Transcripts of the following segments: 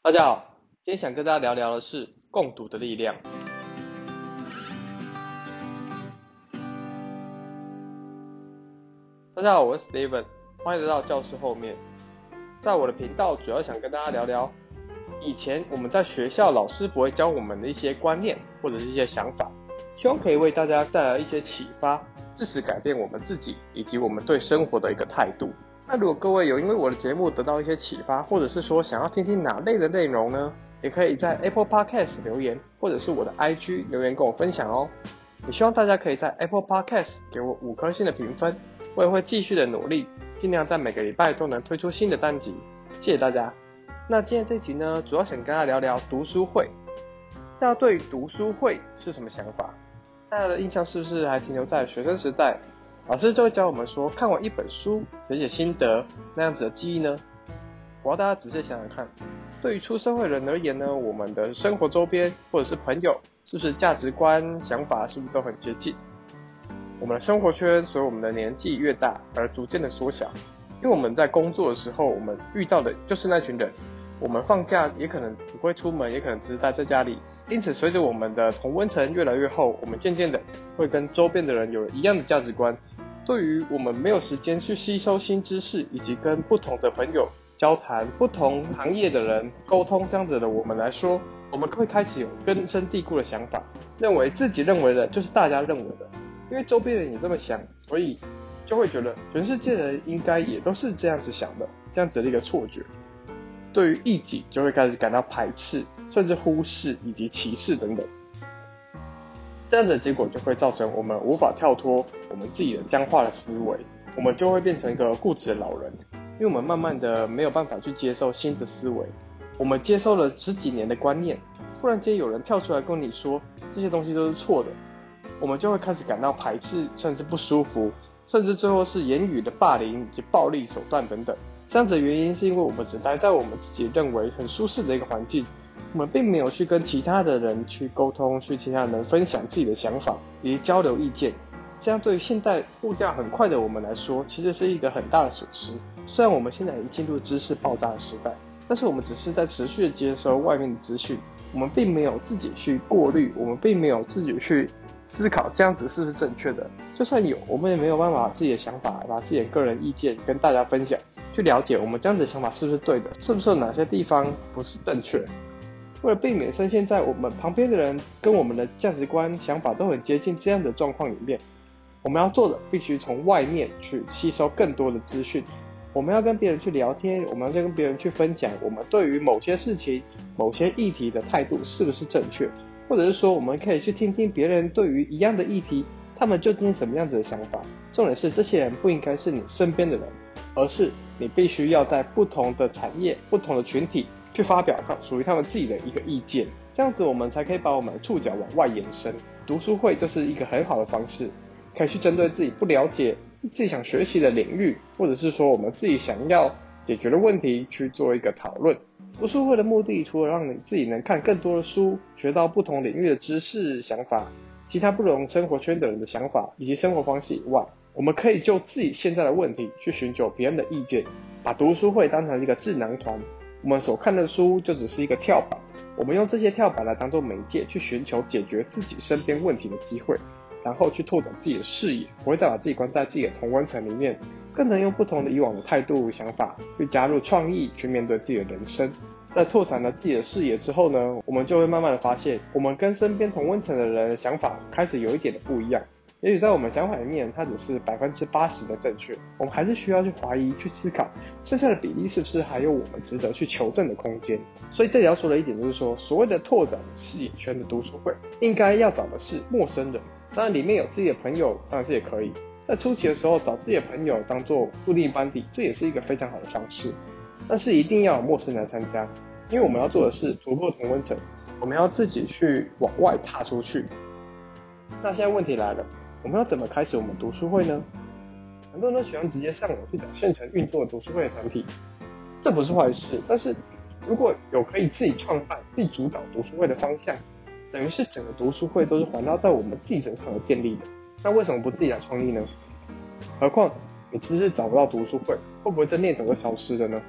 大家好，今天想跟大家聊聊的是共读的力量。大家好，我是 Steven， 欢迎来到教室后面。在我的频道主要想跟大家聊聊，以前我们在学校老师不会教我们的一些观念或者是一些想法，希望可以为大家带来一些启发，支持改变我们自己以及我们对生活的一个态度。那如果各位有因为我的节目得到一些启发，或者是说想要听听哪类的内容呢，也可以在 Apple Podcast 留言，或者是我的 IG 留言跟我分享哦。也希望大家可以在 Apple Podcast 给我5颗星的评分，我也会继续的努力，尽量在每个礼拜都能推出新的单集。谢谢大家。那今天这集呢，主要想跟大家聊聊读书会。大家对于读书会是什么想法？大家的印象是不是还停留在学生时代，老师就会教我们说看完一本书写写心得那样子的记忆呢？我要大家仔细想想看，对于出社会人而言呢，我们的生活周边或者是朋友，是不是价值观想法是不是都很接近？我们的生活圈随我们的年纪越大而逐渐的缩小，因为我们在工作的时候，我们遇到的就是那群人，我们放假也可能不会出门，也可能只是待在家里。因此随着我们的同温层越来越厚，我们渐渐的会跟周边的人有一样的价值观。对于我们没有时间去吸收新知识，以及跟不同的朋友交谈，不同行业的人沟通，这样子的我们来说，我们会开始有根深蒂固的想法，认为自己认为的就是大家认为的，因为周边人也这么想，所以就会觉得全世界人应该也都是这样子想的，这样子的一个错觉。对于异己就会开始感到排斥，甚至忽视以及歧视等等。这样的结果就会造成我们无法跳脱我们自己的僵化的思维，我们就会变成一个固执的老人，因为我们慢慢的没有办法去接受新的思维。我们接受了10几年的观念，突然间有人跳出来跟你说这些东西都是错的，我们就会开始感到排斥，甚至不舒服，甚至最后是言语的霸凌以及暴力手段等等。这样子的原因是因为我们只待在我们自己认为很舒适的一个环境，我们并没有去跟其他的人去沟通，去其他人分享自己的想法以及交流意见。这样对于现代步调很快的我们来说，其实是一个很大的损失。虽然我们现在已经进入知识爆炸的时代，但是我们只是在持续的接收外面的资讯，我们并没有自己去过滤，我们并没有自己去思考这样子是不是正确的。就算有，我们也没有办法把自己的想法，把自己的个人意见跟大家分享，去了解我们这样子的想法是不是对的，是不是有哪些地方不是正确。为了避免深陷在我们旁边的人跟我们的价值观想法都很接近这样的状况里面，我们要做的必须从外面去吸收更多的资讯。我们要跟别人去聊天，我们要跟别人去分享我们对于某些事情某些议题的态度是不是正确，或者是说我们可以去听听别人对于一样的议题他们究竟是什么样子的想法。重点是这些人不应该是你身边的人，而是你必须要在不同的产业不同的群体去发表属于他们自己的一个意见，这样子我们才可以把我们的触角往外延伸。读书会就是一个很好的方式，可以去针对自己不了解自己想学习的领域，或者是说我们自己想要解决的问题去做一个讨论。读书会的目的除了让你自己能看更多的书，学到不同领域的知识想法，其他不同生活圈的人的想法以及生活方式以外，我们可以就自己现在的问题去寻求别人的意见，把读书会当成一个智囊团。我们所看的书就只是一个跳板，我们用这些跳板来当做媒介去寻求解决自己身边问题的机会，然后去拓展自己的视野，不会再把自己关在自己的同温层里面，更能用不同的以往的态度想法去加入创意，去面对自己的人生。在拓展了自己的视野之后呢，我们就会慢慢的发现，我们跟身边同温层的人的想法开始有一点的不一样。也许在我们想法里面，它只是80%的正确，我们还是需要去怀疑、去思考，剩下的比例是不是还有我们值得去求证的空间。所以这里要说的一点就是说，所谓的拓展视野圈的读书会，应该要找的是陌生人。当然里面有自己的朋友，当然是也可以。在初期的时候找自己的朋友当做固定班底，这也是一个非常好的方式。但是一定要有陌生人参加，因为我们要做的是突破同温层，我们要自己去往外踏出去。那现在问题来了，我们要怎么开始我们读书会呢？很多人都喜欢直接上网去找现成运作的读书会的团体，这不是坏事，但是如果有可以自己创办、自己主导读书会的方向，等于是整个读书会都是环绕在我们自己身上而建立的。那为什么不自己来创立呢？何况你其实找不到读书会，会不会这念头就消失了呢？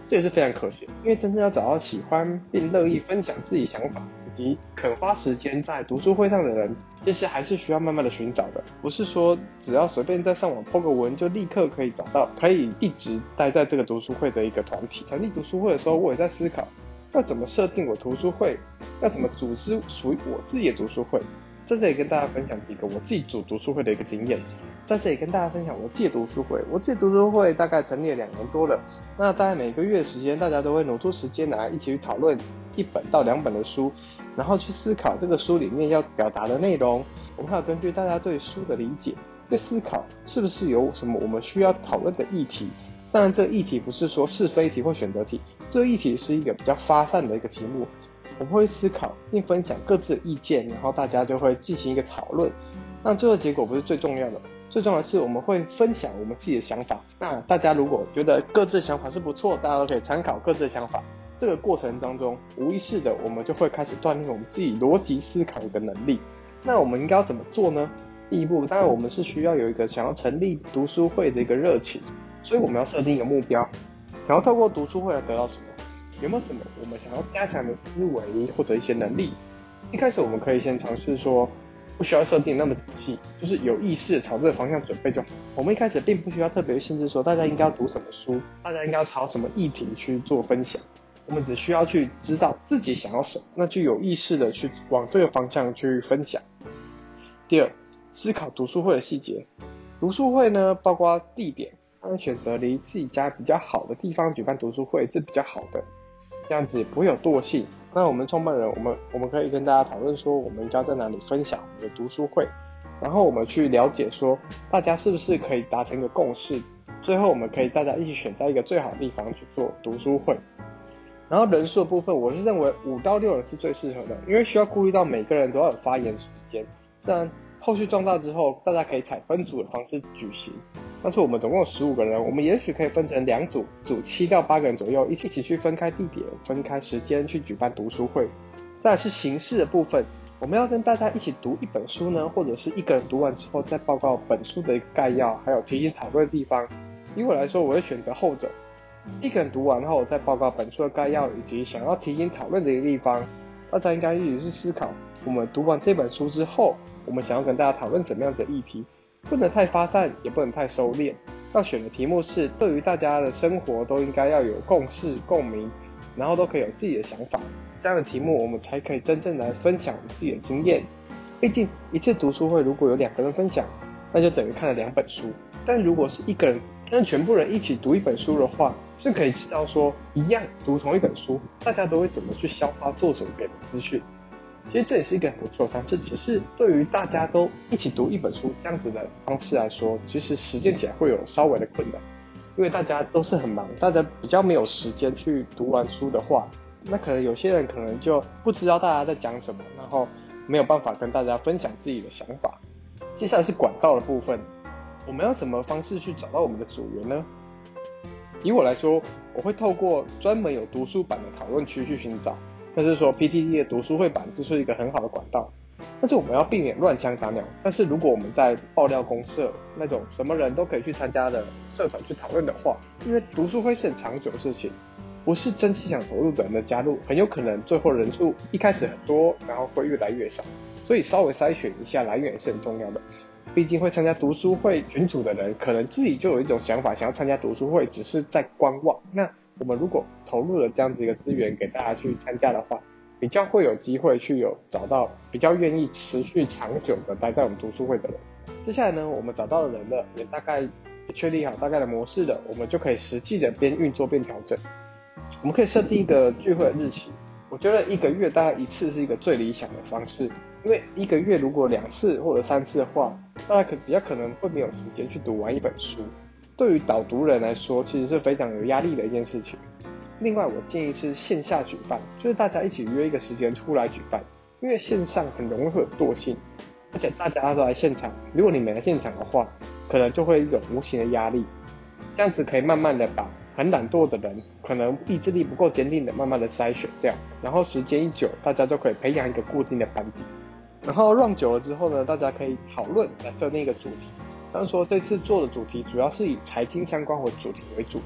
这也是非常可惜，因为真正要找到喜欢并乐意分享自己想法以及肯花时间在读书会上的人，其实还是需要慢慢的寻找的，不是说只要随便在上网 po 个文就立刻可以找到可以一直待在这个读书会的一个团体。成立读书会的时候，我也在思考要怎么设定我读书会，要怎么组织属于我自己的读书会。在这里跟大家分享几个我自己组读书会的一个经验。在这里跟大家分享我自己的读书会。我自己读书会大概成立了2年多了，那大概每个月的时间，大家都会挪出时间来一起去讨论1本到2本的书，然后去思考这个书里面要表达的内容。我们还有根据大家对书的理解，去思考是不是有什么我们需要讨论的议题。当然，这个议题不是说是非题或选择题，这个议题是一个比较发散的一个题目。我们会思考并分享各自的意见，然后大家就会进行一个讨论。那最后结果不是最重要的，最重要的是我们会分享我们自己的想法。那大家如果觉得各自的想法是不错，大家都可以参考各自的想法。这个过程当中，无意识的我们就会开始锻炼我们自己逻辑思考的能力。那我们应该要怎么做呢？第一步，当然我们是需要有一个想要成立读书会的一个热情，所以我们要设定一个目标，想要透过读书会来得到什么？有没有什么我们想要加强的思维或者一些能力？一开始我们可以先尝试说，不需要设定那么仔细，就是有意识的朝这个方向准备就好。我们一开始并不需要特别限制说大家应该要读什么书，大家应该要朝什么议题去做分享。我们只需要去知道自己想要什么，那就有意识的去往这个方向去分享。第二，思考读书会的细节。读书会呢，包括地点，当然选择离自己家比较好的地方举办读书会是比较好的，这样子也不会有惰性。那我们创办人，我们可以跟大家讨论说，我们应该在哪里分享我们的读书会，然后我们去了解说，大家是不是可以达成一个共识，最后我们可以大家一起选在一个最好的地方去做读书会。然后人数的部分，我是认为5到6人是最适合的，因为需要顾虑到每个人都要有发言时间。但后续壮大之后，大家可以采分组的方式举行。但是我们总共有15个人，我们也许可以分成2组，组7到8个人左右，一起去分开地点、分开时间去举办读书会。再来是形式的部分，我们要跟大家一起读一本书呢，或者是一个人读完之后再报告本书的一个概要，还有提醒讨论的地方。以我来说，我会选择后者，一个人读完后再报告本书的概要以及想要提醒讨论的一个地方。大家应该一起去思考，我们读完这本书之后，我们想要跟大家讨论什么样子的议题，不能太发散，也不能太收敛。要选的题目是对于大家的生活都应该要有共识、共鸣，然后都可以有自己的想法。这样的题目我们才可以真正来分享我们自己的经验。毕竟一次读书会如果有2个人分享，那就等于看了2本书。但如果是一个人让全部人一起读一本书的话，是可以知道说一样读同一本书，大家都会怎么去消化做什么别的资讯。其实这也是一个很不错的方式，只是对于大家都一起读一本书这样子的方式来说，其实实践起来会有稍微的困难，因为大家都是很忙，大家比较没有时间去读完书的话，那可能有些人可能就不知道大家在讲什么，然后没有办法跟大家分享自己的想法。接下来是管道的部分，我们要什么方式去找到我们的组员呢？以我来说，我会透过专门有读书版的讨论区去寻找，但是说 PTT 的读书会版就是一个很好的管道。但是我们要避免乱枪打鸟。但是如果我们在爆料公社那种什么人都可以去参加的社团去讨论的话，因为读书会是很长久的事情，不是真心想投入的人的加入，很有可能最后人数一开始很多，然后会越来越少。所以稍微筛选一下来源也是很重要的。毕竟会参加读书会群组的人，可能自己就有一种想法，想要参加读书会，只是在观望。那我们如果投入了这样子一个资源给大家去参加的话，比较会有机会去找到比较愿意持续长久的待在我们读书会的人。接下来呢，我们找到了人了，也大概确立好大概的模式了，我们就可以实际的边运作边调整。我们可以设定一个聚会的日期，我觉得1个月大概1次是一个最理想的方式，因为1个月如果2次或者3次的话，大家比较可能会没有时间去读完一本书，对于导读人来说其实是非常有压力的一件事情。另外我建议是线下举办，就是大家一起约一个时间出来举办，因为线上很容易会有惰性，而且大家都来现场，如果你没来现场的话，可能就会有一种无形的压力。这样子可以慢慢的把很懒惰的人，可能意志力不够坚定的慢慢的筛选掉，然后时间一久，大家就可以培养一个固定的班底。然后 run 久了之后呢，大家可以讨论来设定一个主题。当然说这次做的主题主要是以财经相关或主题为主，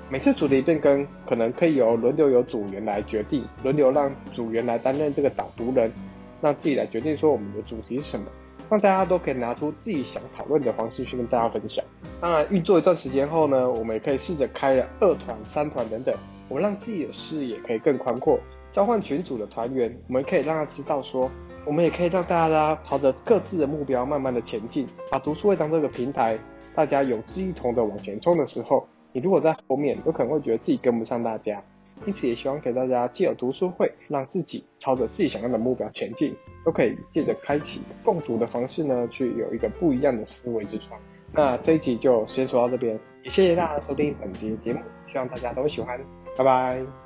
每次主题变更可能可以轮流由组员来决定，轮流让组员来担任这个导读人，让自己来决定说我们的主题是什么，让大家都可以拿出自己想讨论的方式去跟大家分享。当然运作一段时间后呢，我们也可以试着开了2团、3团等等，我们让自己的视野可以更宽阔，召唤群组的团员，我们可以让他知道说，我们也可以让大家朝着各自的目标慢慢的前进，把读书会当这个平台，大家有志一同的往前冲的时候，你如果在后面有可能会觉得自己跟不上大家，因此也希望给大家借由读书会，让自己朝着自己想要的目标前进，都可以借着开启共读的方式呢，去有一个不一样的思维之窗。那这一集就先说到这边，也谢谢大家收听本集的节目，希望大家都喜欢，拜拜。